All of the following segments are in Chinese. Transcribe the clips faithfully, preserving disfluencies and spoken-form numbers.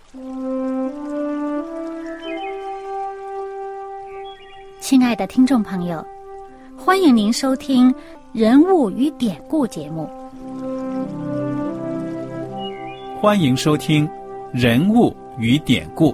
亲爱的听众朋友，欢迎您收听《人物与典故》节目。 欢迎收听《人物与典故》。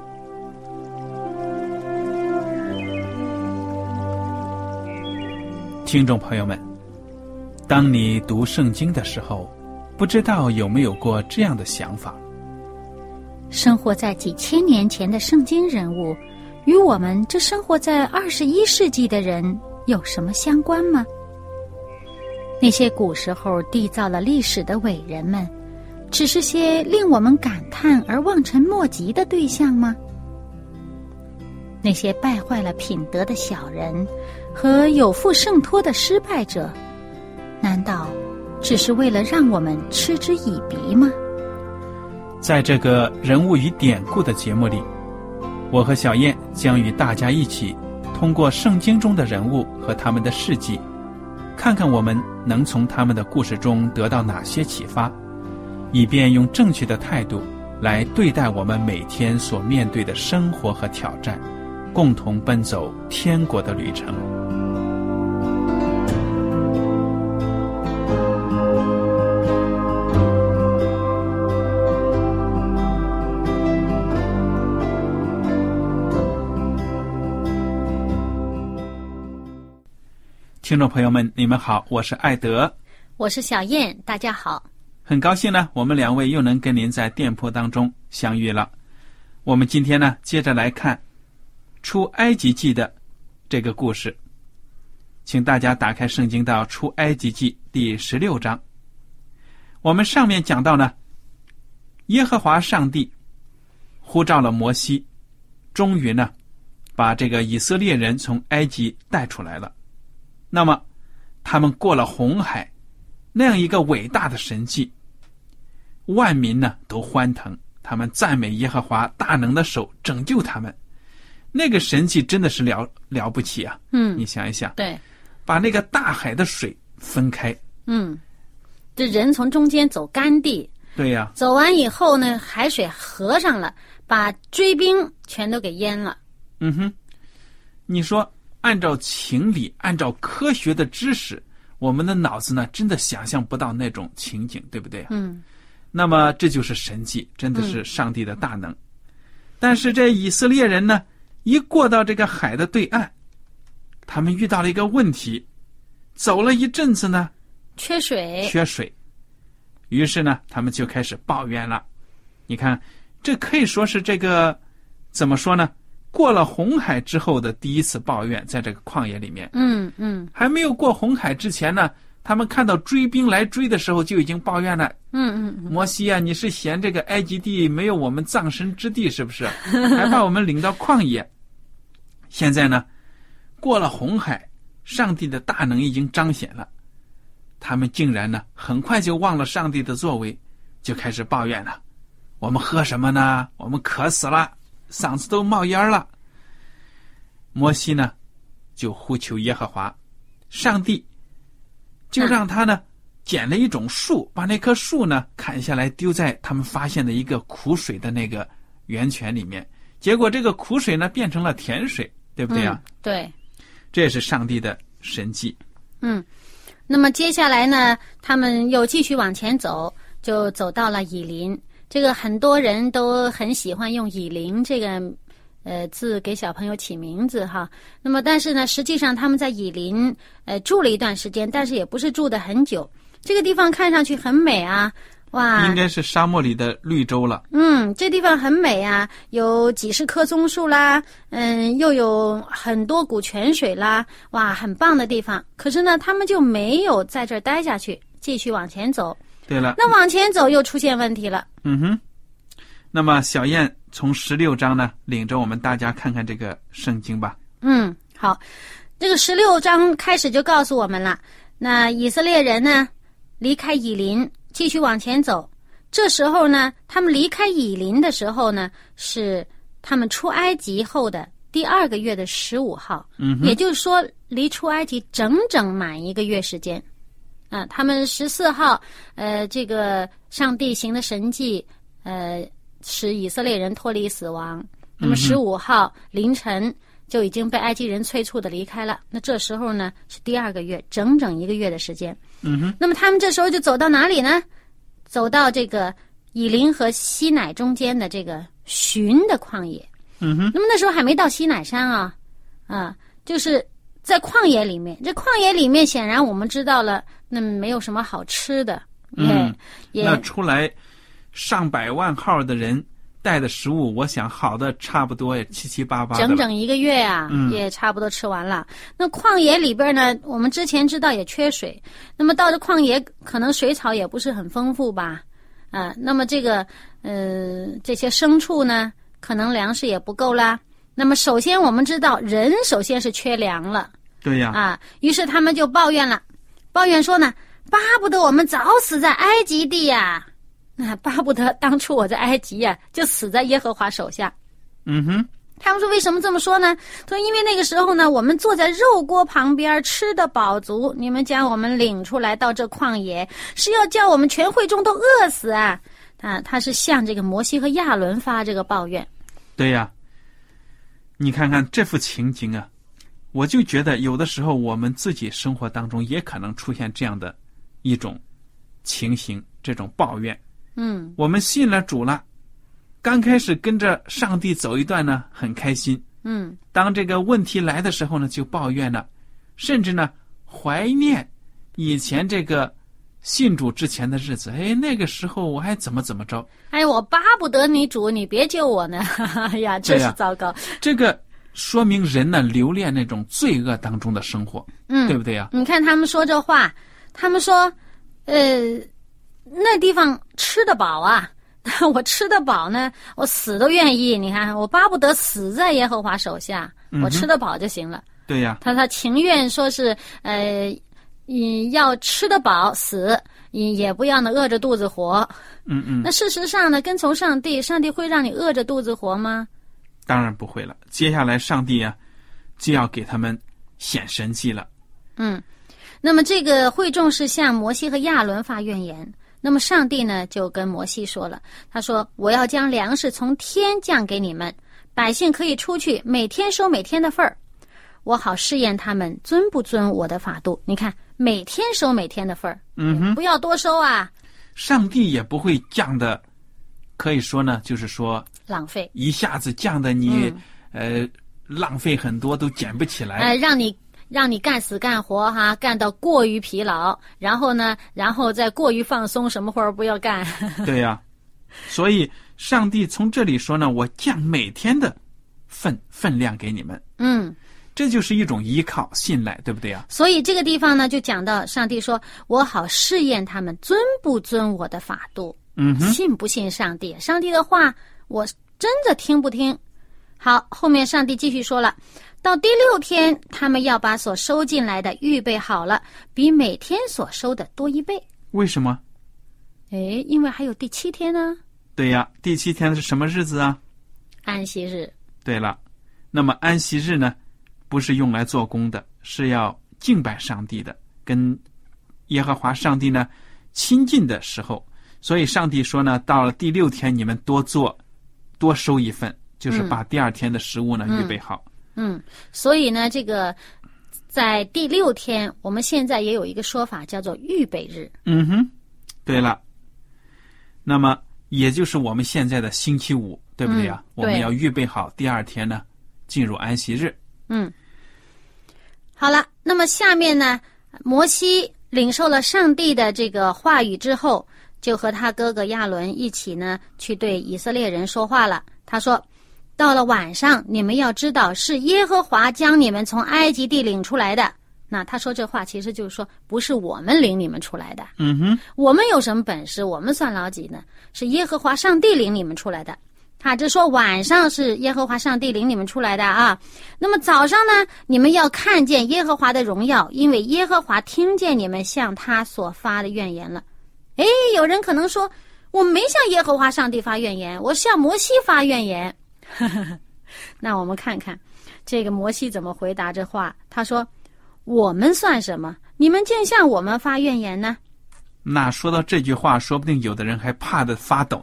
听众朋友们，当你读圣经的时候，不知道有没有过这样的想法？ 生活在几千年前的圣经人物，与我们这生活在二十一世纪的人有什么相关吗？那些古时候缔造了历史的伟人们，只是些令我们感叹而望尘莫及的对象吗？那些败坏了品德的小人和有负圣托的失败者，难道只是为了让我们嗤之以鼻吗？ 在这个人物与典故的节目里，我和小燕将与大家一起通过圣经中的人物和他们的事迹，看看我们能从他们的故事中得到哪些启发，以便用正确的态度来对待我们每天所面对的生活和挑战，共同奔走天国的旅程。听众朋友们，你们好，我是艾德， 我是小燕，大家好。 很高兴呢，我们两位又能跟您在店铺当中相遇了。我们今天呢，接着来看出埃及记的这个故事，请大家打开圣经到出埃及记第十六章。我们上面讲到呢，耶和华上帝呼召了摩西，终于呢，把这个以色列人从埃及带出来了。那么他们过了红海，那样一个伟大的神迹，万民呢都欢腾，他们赞美耶和华大能的手拯救他们。那个神迹真的是了了不起啊！嗯，你想一想， 对， 把那个大海的水分开， 嗯，这人从中间走干地， 对呀、啊， 走完以后呢，海水合上了，把追兵全都给淹了。 嗯哼，你说按照情理，按照科学的知识，我们的脑子呢真的想象不到那种情景，对不对？ 嗯， 那么这就是神迹，真的是上帝的大能。嗯、但是这以色列人呢，一过到这个海的对岸，他们遇到了一个问题，走了一阵子呢， 缺水， 缺水，于是呢，他们就开始抱怨了。你看，这可以说是这个怎么说呢？过了红海之后的第一次抱怨，在这个旷野里面。 嗯嗯， 还没有过红海之前呢，他们看到追兵来追的时候就已经抱怨了。 嗯嗯嗯， 摩西啊，你是嫌这个埃及地没有我们葬身之地是不是？还把我们领到旷野。现在呢，过了红海，上帝的大能已经彰显了，他们竟然呢，很快就忘了上帝的作为，就开始抱怨了。我们喝什么呢？我们渴死了。嗓子都冒烟了。摩西呢就呼求耶和华，上帝就让他呢捡了一种树，把那棵树呢砍下来丢在他们发现的一个苦水的那个源泉里面，结果这个苦水呢变成了甜水，对不对啊？ 嗯、对， 这也是上帝的神迹。 嗯，那么接下来呢，他们又继续往前走，就走到了以琳。这个很多人都很喜欢用以琳这个呃字给小朋友起名字哈。那么但是呢，实际上他们在以琳呃住了一段时间，但是也不是住得很久。这个地方看上去很美啊，哇， 应该是沙漠里的绿洲了。 嗯，这地方很美啊，有几十棵棕树啦，嗯，又有很多股泉水啦，哇，很棒的地方。可是呢，他们就没有在这儿待下去，继续往前走。 对了， 那往前走又出现问题了。 嗯哼，那么小燕从十六章呢，领着我们大家看看这个圣经吧。 嗯，好，这个十六章开始就告诉我们了。那以色列人呢，离开以琳，继续往前走。这时候呢，他们离开以琳的时候呢，是他们出埃及后的第二个月的十五号。嗯，也就是说，离出埃及整整满一个月时间。啊，他们十四号，呃，这个上帝行的神迹，呃， 使以色列人脱离死亡。那么十五号凌晨就已经被埃及人催促的离开了。那这时候呢是第二个月，整整一个月的时间。 嗯哼。 那么他们这时候就走到哪里呢？走到这个以琳和西乃中间的这个寻的旷野。 嗯哼。 那么那时候还没到西乃山啊，啊，就是在旷野里面。这旷野里面显然我们知道了，那没有什么好吃的。 嗯， 也那出来上百万号的人带的食物，我想好的差不多也七七八八的， 整整一个月啊、 嗯、 也差不多吃完了。那旷野里边呢，我们之前知道也缺水，那么到这旷野可能水草也不是很丰富吧，啊，那么这个呃这些牲畜呢可能粮食也不够啦。那么首先我们知道人首先是缺粮了， 对呀， 啊，于是他们就抱怨了，抱怨说呢，巴不得我们早死在埃及地呀、那巴不得当初我在埃及呀、就死在耶和华手下。 嗯哼。 他们说为什么这么说呢？说因为那个时候呢，我们坐在肉锅旁边吃得饱足，你们将我们领出来到这旷野，是要叫我们全会众都饿死啊！啊，他是向这个摩西和亚伦发这个抱怨。 对呀，你看看这幅情景啊，我就觉得有的时候我们自己生活当中也可能出现这样的一种情形，这种抱怨。 嗯， 我们信了主了，刚开始跟着上帝走一段呢，很开心。 嗯， 当这个问题来的时候呢，就抱怨了，甚至呢怀念以前这个信主之前的日子。哎，那个时候我还怎么怎么着？ 哎，我巴不得你主，你别救我呢！哎呀，真是糟糕。 这个说明人呢留恋那种罪恶当中的生活， 嗯， 对不对呀？ 你看他们说这话，他们说，呃，那地方吃得饱啊。我吃得饱呢，我死都愿意。你看，我巴不得死在耶和华手下， 嗯、 我吃得饱就行了。 对呀， 他他情愿说是呃，你要吃得饱死，也不要呢饿着肚子活。 嗯嗯。 那事实上呢，跟从上帝，上帝会让你饿着肚子活吗？ 当然不会了。接下来上帝啊，就要给他们显神迹了。 嗯，那么这个会众是向摩西和亚伦发怨言。那么上帝呢就跟摩西说了，他说我要将粮食从天降给你们，百姓可以出去每天收每天的份儿，我好试验他们遵不遵我的法度。你看，每天收每天的份儿， 嗯哼， 不要多收啊。 上帝也不会降的，可以说呢，就是说浪费， 一下子降的你、 嗯、 呃浪费很多都捡不起来， 呃，让你让你干死干活哈，干到过于疲劳，然后呢，然后再过于放松，什么活儿不要干。 对呀、啊，所以上帝从这里说呢，我降每天的分分量给你们。 嗯， 这就是一种依靠信赖，对不对啊？ 所以这个地方呢，就讲到上帝说，我好试验他们遵不遵我的法度， 嗯哼， 信不信上帝，上帝的话我真的听不听。好，后面上帝继续说了，到第六天，他们要把所收进来的预备好了，比每天所收的多一倍。 为什么？ 诶，因为还有第七天呢。 对呀，第七天是什么日子啊？ 安息日。 对了，那么安息日呢，不是用来做工的，是要敬拜上帝的，跟耶和华上帝呢亲近的时候。所以上帝说呢，到了第六天，你们多做，多收一份，就是把第二天的食物呢、嗯、预备好。 嗯，所以呢，这个在第六天，我们现在也有一个说法叫做预备日。 嗯哼，对了，那么也就是我们现在的星期五，对不对啊？ 嗯、对， 我们要预备好第二天呢进入安息日。 嗯，好了，那么下面呢，摩西领受了上帝的这个话语之后，就和他哥哥亚伦一起呢去对以色列人说话了。他说，到了晚上，你们要知道是耶和华将你们从埃及地领出来的。那他说这话其实就是说，不是我们领你们出来的。 嗯哼， 我们有什么本事？我们算老几呢？是耶和华上帝领你们出来的。他只说晚上是耶和华上帝领你们出来的啊。那么早上呢，你们要看见耶和华的荣耀，因为耶和华听见你们向他所发的怨言了。诶，有人可能说，我没向耶和华上帝发怨言，我向摩西发怨言。那我们看看这个摩西怎么回答这话。他说，我们算什么？你们竟向我们发怨言呢？ 那说到这句话，说不定有的人还怕得发抖呢。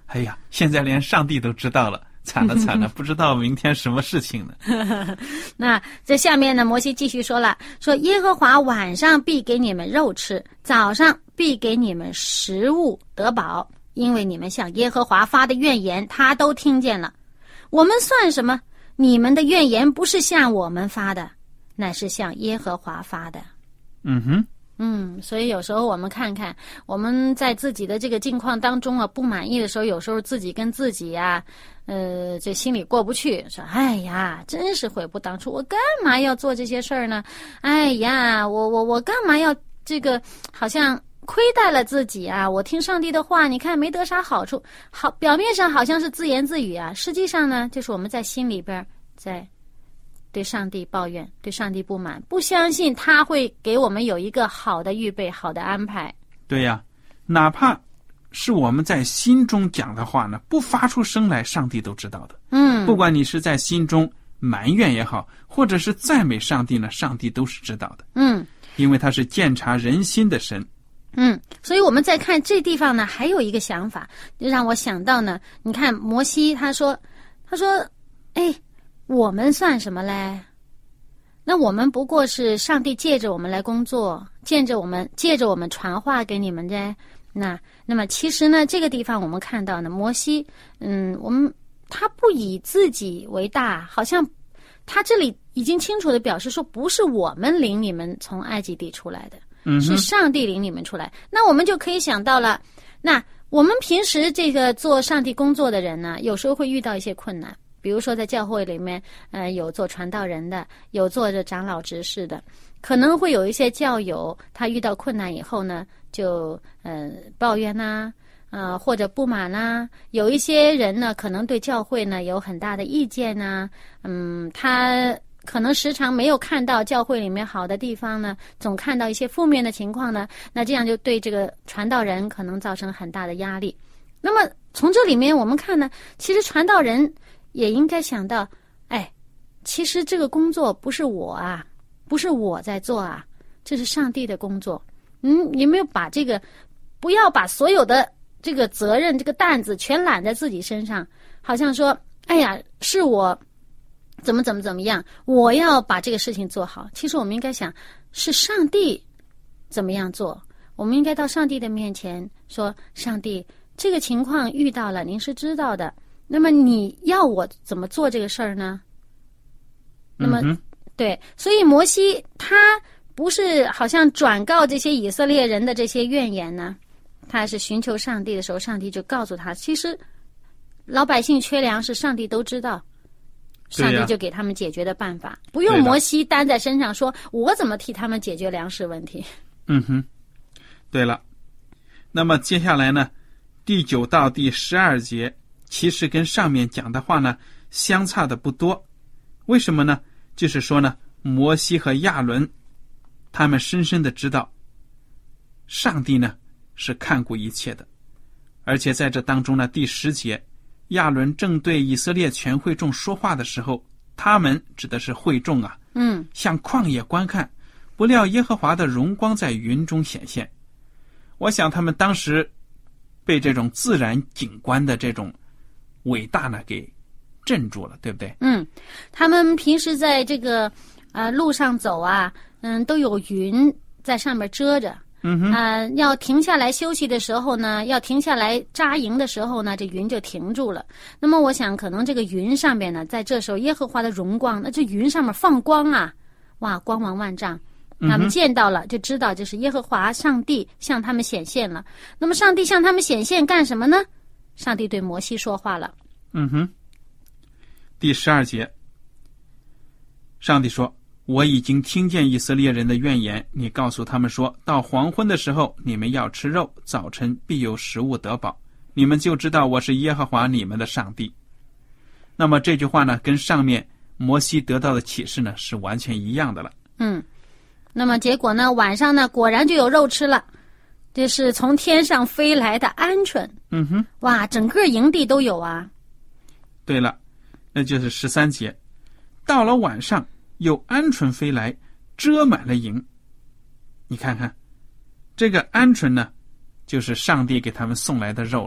哎呀，现在连上帝都知道了，惨了惨了，不知道明天什么事情呢。 那在下面呢，摩西继续说了，说耶和华晚上必给你们肉吃，早上必给你们食物得饱，因为你们向耶和华发的怨言他都听见了。我们算什么？你们的怨言不是向我们发的，乃是向耶和华发的。 嗯哼。 嗯，所以有时候我们看看我们在自己的这个境况当中啊，不满意的时候，有时候自己跟自己呀、啊，呃，这心里过不去，说哎呀，真是悔不当初，我干嘛要做这些事儿呢？哎呀，我我我干嘛要这个，好像亏待了自己啊！我听上帝的话，你看没得啥好处，好，表面上好像是自言自语啊，实际上呢，就是我们在心里边在对上帝抱怨，对上帝不满，不相信他会给我们有一个好的预备，好的安排。 对呀，哪怕是我们在心中讲的话呢，不发出声来，上帝都知道的。 嗯， 不管你是在心中埋怨也好，或者是赞美上帝呢，上帝都是知道的。 嗯， 因为他是鉴察人心的神。 嗯，所以我们再看这地方呢，还有一个想法，让我想到呢，你看摩西他说，他说，哎。我们算什么嘞？那我们不过是上帝借着我们来工作，借着我们借着我们传话给你们啫。那那么其实呢，这个地方我们看到呢，摩西，嗯，我们他不以自己为大，好像他这里已经清楚的表示说，不是我们领你们从埃及地出来的， 嗯， 是上帝领你们出来。那我们就可以想到了，那我们平时这个做上帝工作的人呢，有时候会遇到一些困难。比如说在教会里面，呃，有做传道人的，有做着长老执事的，可能会有一些教友，他遇到困难以后呢，就呃抱怨呐、啊，呃或者不满啦、啊。有一些人呢，可能对教会呢有很大的意见呐、啊，嗯，他可能时常没有看到教会里面好的地方呢，总看到一些负面的情况呢，那这样就对这个传道人可能造成很大的压力。那么从这里面我们看呢，其实传道人也应该想到，哎，其实这个工作不是我啊，不是我在做啊，这是上帝的工作。嗯，有没有把这个，不要把所有的这个责任、这个担子全揽在自己身上，好像说，哎呀，是我怎么怎么怎么样，我要把这个事情做好。其实我们应该想，是上帝怎么样做，我们应该到上帝的面前说，上帝，这个情况遇到了，您是知道的。那么你要我怎么做这个事儿呢？那么、嗯、对，所以摩西他不是好像转告这些以色列人的这些怨言呢，他是寻求上帝的时候，上帝就告诉他，其实老百姓缺粮食，上帝都知道，上帝就给他们解决的办法，不用摩西担在身上说，我怎么替他们解决粮食问题。 嗯哼，对了，那么接下来呢，第九到第十二节其实跟上面讲的话呢相差的不多。为什么呢？就是说呢，摩西和亚伦他们深深的知道上帝呢是看顾一切的。而且在这当中呢，第十节亚伦正对以色列全会众说话的时候，他们指的是会众啊， 嗯， 向旷野观看，不料耶和华的荣光在云中显现。我想他们当时被这种自然景观的这种伟大呢给镇住了，对不对？ 嗯，他们平时在这个呃路上走啊，嗯，都有云在上面遮着。 嗯哼， 啊、呃，要停下来休息的时候呢，要停下来扎营的时候呢，这云就停住了。那么我想，可能这个云上面呢，在这时候耶和华的荣光，那这云上面放光啊，哇，光芒万丈。他们见到了，就知道这是耶和华上帝向他们显现了。那么上帝向他们显现干什么呢？上帝对摩西说话了。 嗯哼，第十二节，上帝说，我已经听见以色列人的怨言，你告诉他们说，到黄昏的时候你们要吃肉，早晨必有食物得饱，你们就知道我是耶和华你们的上帝。那么这句话呢，跟上面摩西得到的启示呢是完全一样的了。 嗯，那么结果呢，晚上呢果然就有肉吃了，这是从天上飞来的鹌鹑。 嗯哼， 哇，整个营地都有啊。 对了，那就是十三节，到了晚上有鹌鹑飞来，遮满了营。你看看，这个鹌鹑呢，就是上帝给他们送来的肉了。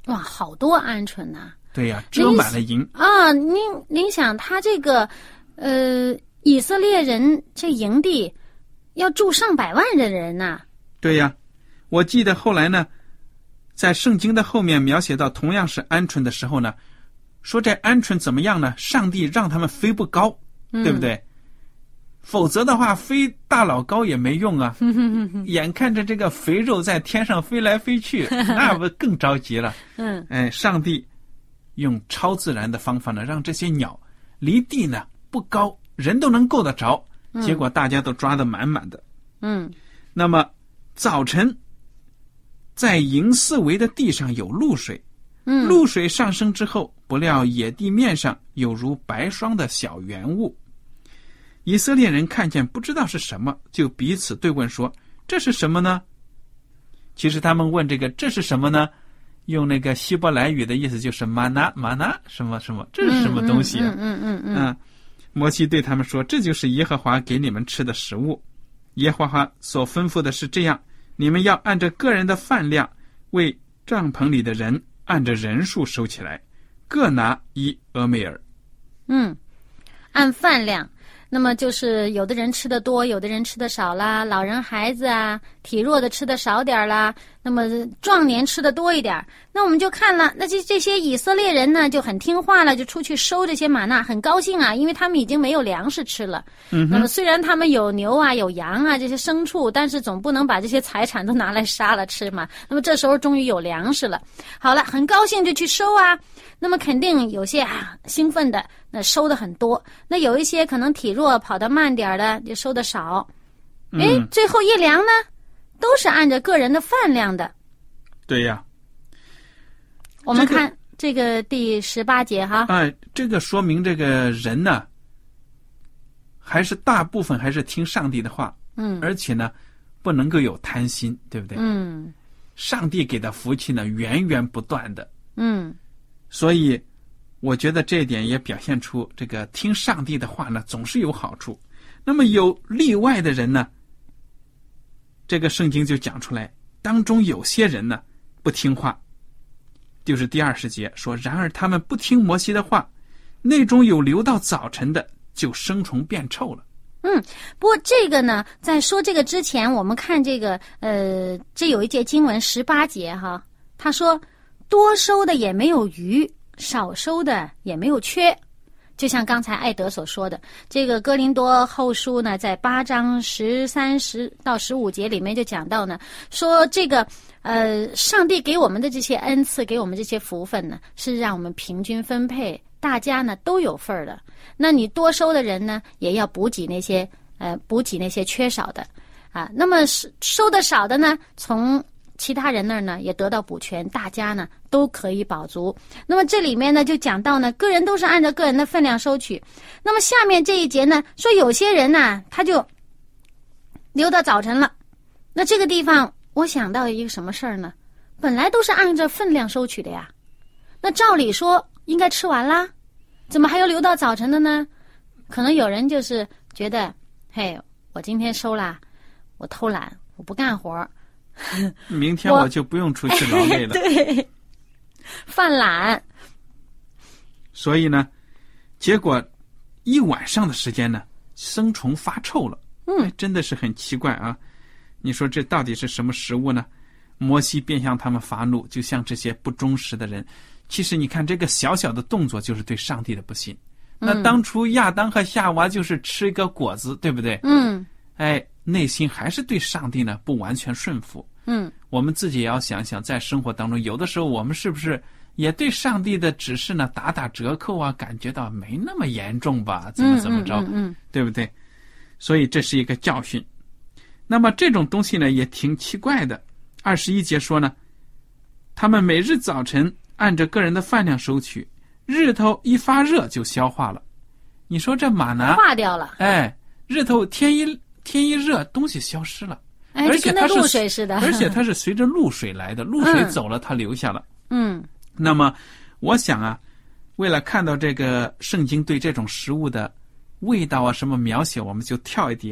哇，好多鹌鹑呐、啊！ 对呀、啊，遮满了营啊！您您想，他这个呃，以色列人这营地要住上百万的人呐、啊。 对呀、啊，我记得后来呢，在圣经的后面描写到同样是鹌鹑的时候呢，说这鹌鹑怎么样呢？上帝让他们飞不高， 嗯、 对不对？否则的话，飞大老高也没用啊！眼看着这个肥肉在天上飞来飞去，那不更着急了？ 嗯， 哎，上帝用超自然的方法呢，让这些鸟离地呢不高，人都能够得着。结果大家都抓得满满的。 嗯， 那么早晨，在营四围的地上有露水， 嗯， 露水上升之后，不料野地面上有如白霜的小圆物。以色列人看见不知道是什么，就彼此对问说：“这是什么呢？”其实他们问这个“这是什么呢”，用那个希伯来语的意思就是“玛拿玛拿什么什么”，这是什么东西啊？ 嗯嗯嗯 嗯, 嗯。摩西对他们说：“这就是耶和华给你们吃的食物。耶和华所吩咐的是这样，你们要按着个人的饭量，为帐篷里的人按着人数收起来，各拿一俄梅尔。” 嗯，按饭量。那么就是有的人吃的多，有的人吃的少啦，老人孩子啊，体弱的吃的少点啦，那么壮年吃的多一点。那我们就看了，那这这些以色列人呢就很听话了，就出去收这些玛纳，很高兴啊，因为他们已经没有粮食吃了。 嗯， 那么虽然他们有牛啊有羊啊这些牲畜，但是总不能把这些财产都拿来杀了吃嘛。那么这时候终于有粮食了，好了，很高兴就去收啊。那么肯定有些啊兴奋的，那收的很多；那有一些可能体弱跑得慢点的，就收的少。哎、 嗯， 最后一量呢，都是按照个人的饭量的。 对呀。 我们看这个第十八节哈。 哎，这个说明这个人呢，还是大部分还是听上帝的话。 嗯， 而且呢，不能够有贪心，对不对？ 嗯， 上帝给的福气呢，源源不断的。 嗯。 所以我觉得这一点也表现出这个听上帝的话呢总是有好处。那么有例外的人呢，这个圣经就讲出来，当中有些人呢不听话，就是第二十节说，然而他们不听摩西的话，内中有留到早晨的，就生虫变臭了。 嗯，不过这个呢，在说这个之前，我们看这个呃，这有一节经文十八节哈，他说多收的也没有余，少收的也没有缺。就像刚才艾德所说的，这个哥林多后书呢，在八章十三十到十五节里面就讲到呢，说这个呃，上帝给我们的这些恩赐，给我们这些福分呢，是让我们平均分配，大家呢都有份儿的。那你多收的人呢，也要补给那些呃补给那些缺少的啊。那么收的少的呢，从其他人那儿呢也得到补全，大家呢都可以饱足。那么这里面呢就讲到呢，个人都是按照个人的分量收取。那么下面这一节呢说，有些人呢他就留到早晨了。那这个地方我想到一个什么事儿呢？本来都是按照分量收取的呀，那照理说应该吃完啦，怎么还要留到早晨的呢？可能有人就是觉得，嘿，我今天收啦，我偷懒，我不干活， 明天我就不用出去劳累了。 对，犯懒。 所以呢，结果一晚上的时间呢，生虫发臭了。 嗯， 真的是很奇怪啊！你说这到底是什么食物呢？摩西便向他们发怒，就像这些不忠实的人。其实你看，这个小小的动作就是对上帝的不信。那当初亚当和夏娃就是吃一个果子，对不对？ 嗯， 哎，内心还是对上帝呢不完全顺服。 嗯， 我们自己也要想想，在生活当中，有的时候我们是不是也对上帝的指示呢打打折扣啊？感觉到没那么严重吧？怎么怎么着？ 嗯嗯嗯嗯、 对不对？所以这是一个教训。那么这种东西呢，也挺奇怪的。二十一节说呢，他们每日早晨按着个人的饭量收取，日头一发热就消化了。你说这玛拿化掉了， 哎，日头天一天一热，东西消失了， 哎， 而且它是跟那露水似的， 而且它是随着露水来的，露水走了，它留下了。 嗯， 那么我想啊，为了看到这个圣经对这种食物的味道啊什么描写，我们就跳一点。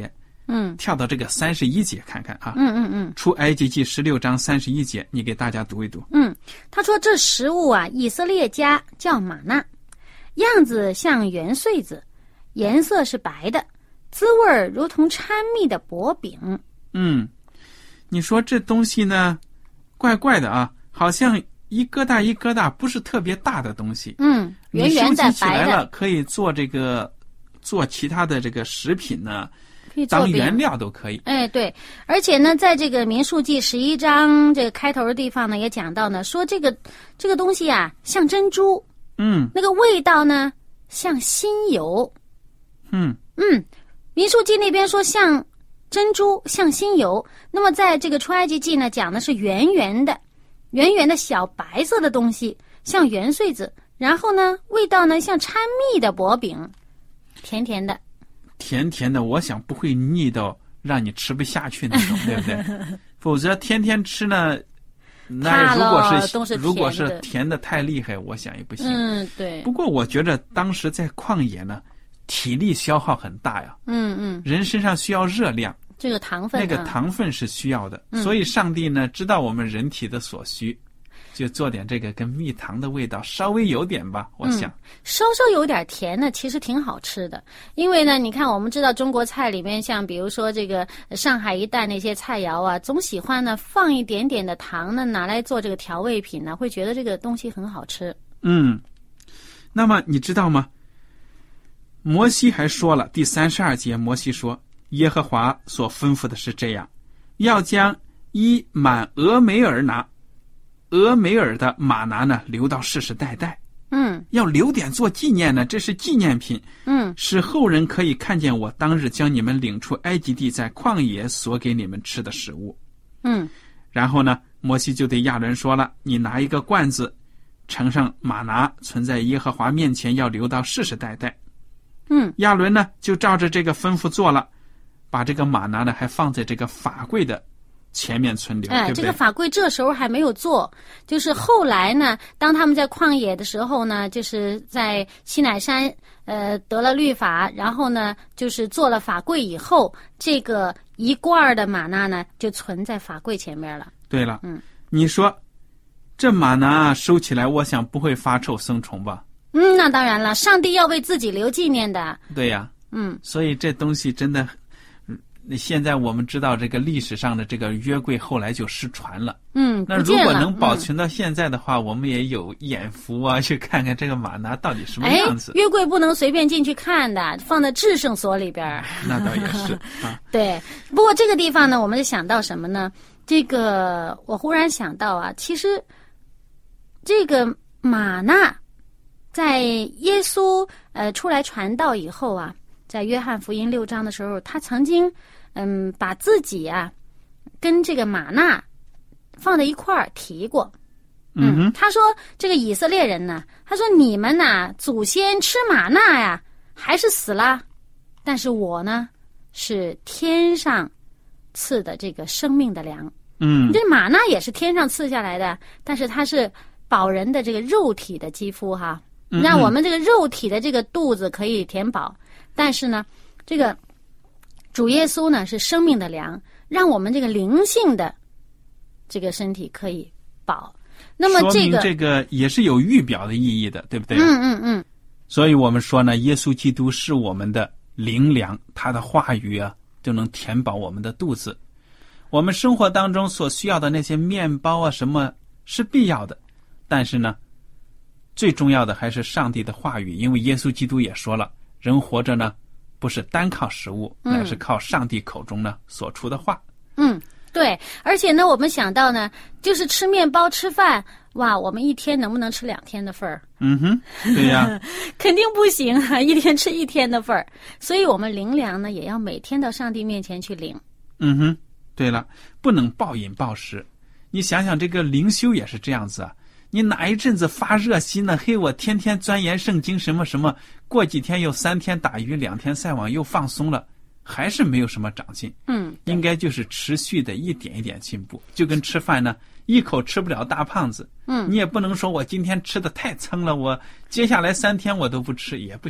嗯， 跳到这个三十一节看看啊。 嗯嗯嗯， 出埃及记十六章三十一节，你给大家读一读。 嗯，他说这食物啊，以色列家叫玛纳，样子像圆穗子，颜色是白的，滋味如同掺蜜的薄饼。 嗯，你说这东西呢，怪怪的啊，好像一疙瘩一疙瘩，不是特别大的东西。 嗯，圆圆的你收集起来白的， 了，可以做这个做其他的这个食品呢， 可以做饼当原料都可以。 哎，对，而且呢，在这个民数记十一章这个开头的地方呢，也讲到呢，说这个这个东西啊，像珍珠， 嗯那个味道呢，像新油。 嗯嗯，民数记那边说像珍珠，像新油。那么在这个出埃及记呢，讲的是圆圆的、圆圆的小白色的东西，像圆穗子。然后呢，味道呢像掺蜜的薄饼，甜甜的。 甜甜的，我想不会腻到让你吃不下去那种，对不对？否则天天吃呢，那如果是都是如果是甜的甜的太厉害，我想也不行。 嗯，对， 不过我觉着当时在旷野呢，体力消耗很大呀， 嗯嗯， 人身上需要热量， 这个糖分、啊， 那个糖分是需要的， 嗯所以上帝呢知道我们人体的所需，就做点这个跟蜜糖的味道稍微有点吧，我想。 嗯、稍稍有点甜呢，其实挺好吃的。因为呢，你看我们知道中国菜里面，像比如说这个上海一带那些菜肴啊，总喜欢呢放一点点的糖呢，拿来做这个调味品呢，会觉得这个东西很好吃。 嗯，那么你知道吗？摩西还说了，第三十二节，摩西说，耶和华所吩咐的是这样，要将一满俄梅尔拿，俄梅尔的玛拿呢留到世世代代。 嗯， 要留点做纪念呢，这是纪念品。 嗯， 使后人可以看见我当日将你们领出埃及地，在旷野所给你们吃的食物。 嗯， 然后呢，摩西就对亚伦说了，你拿一个罐子，盛上玛拿，存在耶和华面前，要留到世世代代。 嗯， 亚伦呢就照着这个吩咐做了，把这个玛拿呢还放在这个法柜的前面存留， 哎， 对不对？ 这个法柜这时候还没有做，就是后来呢，当他们在旷野的时候呢，就是在西乃山呃得了律法，然后呢，就是做了法柜以后，这个一罐的玛纳呢就存在法柜前面了。 对了， 嗯， 你说这玛拿收起来，我想不会发臭生虫吧？ 嗯，那当然了，上帝要为自己留纪念的。 对呀， 嗯， 所以这东西真的，嗯现在我们知道这个历史上的这个约柜后来就失传了。 嗯， 那不见了如果能保存到现在的话，嗯、我们也有眼福啊，去看看这个玛拿到底什么样子。 哎，约柜不能随便进去看的，放在至圣所里边。 那倒也是啊。 对，不过这个地方呢，我们就想到什么呢？这个我忽然想到啊，其实这个玛纳在耶稣呃出来传道以后啊，在约翰福音六章的时候，他曾经嗯把自己啊跟这个玛纳放在一块儿提过。 嗯哼， 他说这个以色列人呢，他说你们呐祖先吃玛纳呀，还是死了，但是我呢是天上赐的这个生命的粮。 嗯， 这玛纳也是天上赐下来的，但是它是饱人的这个肉体的肌肤哈， 嗯让我们这个肉体的这个肚子可以填饱，但是呢，这个主耶稣呢是生命的粮，让我们这个灵性的这个身体可以饱。那么这个说明这个也是有预表的意义的，对不对？ 嗯嗯嗯。 所以我们说呢，耶稣基督是我们的灵粮，他的话语啊就能填饱我们的肚子。我们生活当中所需要的那些面包啊什么是必要的，但是呢最重要的还是上帝的话语，因为耶稣基督也说了，人活着呢不是单靠食物， 嗯乃是靠上帝口中呢所出的话。 嗯，对，而且呢我们想到呢，就是吃面包吃饭，哇，我们一天能不能吃两天的份儿？ 嗯哼，对呀肯定不行啊，一天吃一天的份儿。所以我们灵粮呢也要每天到上帝面前去领。 嗯哼，对了，不能暴饮暴食。你想想这个灵修也是这样子啊，你哪一阵子发热心呢？嘿，我天天钻研圣经什么什么，过几天又三天打鱼两天晒网又放松了，还是没有什么长进。 嗯， 应该就是持续的一点一点进步，就跟吃饭呢，一口吃不了大胖子。 嗯， 你也不能说我今天吃的太撑了，我接下来三天我都不吃也不行。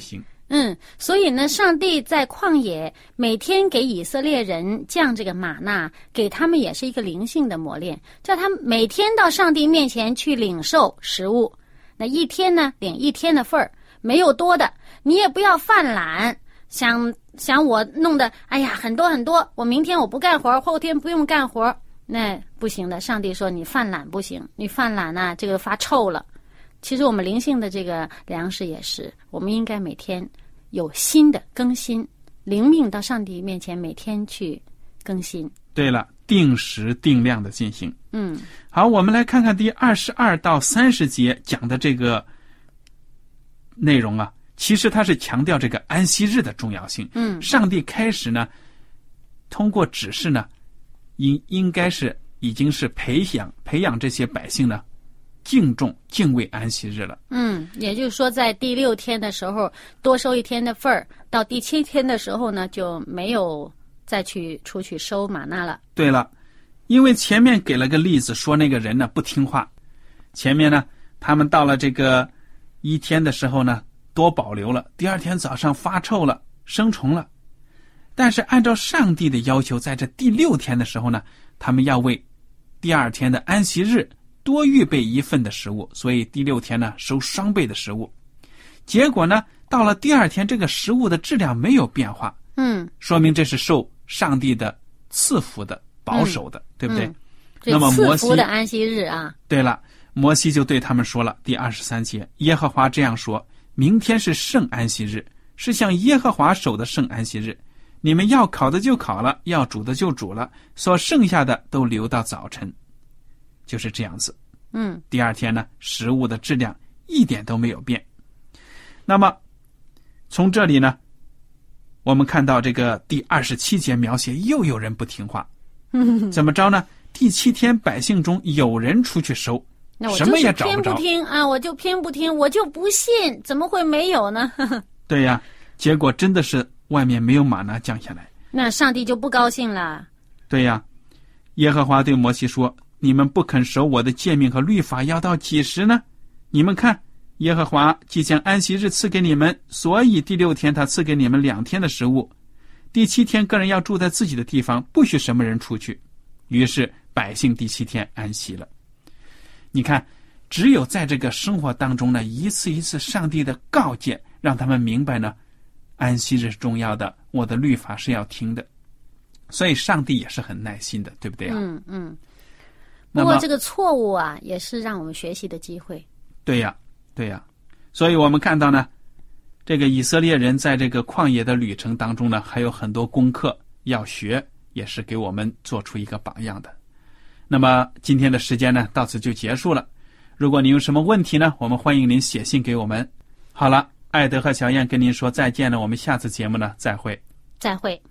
嗯，所以呢，上帝在旷野每天给以色列人降这个玛纳，给他们也是一个灵性的磨练，叫他们每天到上帝面前去领受食物。那一天呢，领一天的份儿，没有多的，你也不要犯懒，想想我弄的，哎呀，很多很多，我明天我不干活，后天不用干活，那不行的。上帝说你犯懒不行，你犯懒啊，这个发臭了。其实我们灵性的这个粮食也是，我们应该每天有新的更新，灵命到上帝面前每天去更新。 对了，定时定量的进行。 嗯， 好，我们来看看第二十二到三十节讲的这个内容啊，其实它是强调这个安息日的重要性。 嗯， 上帝开始呢，通过指示呢，应应该是已经是培养培养这些百姓呢，敬重敬畏安息日了。 嗯，也就是说在第六天的时候多收一天的份儿，到第七天的时候呢就没有再去出去收玛纳了。 对了，因为前面给了个例子，说那个人呢不听话，前面呢他们到了这个一天的时候呢多保留了，第二天早上发臭了，生虫了。但是按照上帝的要求，在这第六天的时候呢，他们要为第二天的安息日多预备一份的食物，所以第六天呢收双倍的食物。结果呢到了第二天，这个食物的质量没有变化， 嗯， 说明这是受上帝的赐福的保守的、嗯、对不对、嗯、 那么摩西赐福的安息日啊。 对了，摩西就对他们说了，第二十三节，耶和华这样说，明天是圣安息日，是向耶和华守的圣安息日，你们要烤的就烤了，要煮的就煮了，所剩下的都留到早晨。就是这样子。 嗯， 第二天呢，食物的质量一点都没有变。那么从这里呢，我们看到这个第二十七节描写又有人不听话。怎么着呢？第七天百姓中有人出去收， 那我什么也找不着。 偏不听啊，我就偏不听，我就不信，怎么会没有呢？ 对呀，结果真的是外面没有玛纳降下来， 那上帝就不高兴了。 对呀，耶和华对摩西说，你们不肯守我的诫命和律法，要到几时呢？你们看，耶和华即将安息日赐给你们，所以第六天他赐给你们两天的食物，第七天个人要住在自己的地方，不许什么人出去。于是百姓第七天安息了。你看，只有在这个生活当中呢，一次一次上帝的告诫，让他们明白呢，安息日是重要的，我的律法是要听的。所以上帝也是很耐心的，对不对啊？ 嗯嗯。不过这个错误啊，也是让我们学习的机会。 对呀，对呀。所以我们看到呢，这个以色列人在这个旷野的旅程当中呢，还有很多功课要学，也是给我们做出一个榜样的。那么今天的时间呢，到此就结束了。如果您有什么问题呢，我们欢迎您写信给我们。好了，艾德和小燕跟您说再见了，我们下次节目呢再会。 再会。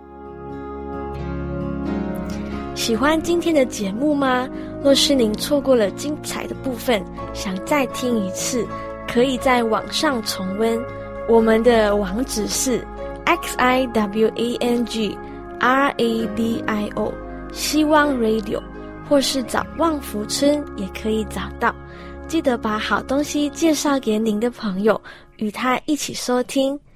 喜欢今天的节目吗？若是您错过了精彩的部分，想再听一次，可以在网上重温。我们的网址是 x i w a n g r a d i o 希望 radio， 或是找旺福村也可以找到。记得把好东西介绍给您的朋友，与他一起收听。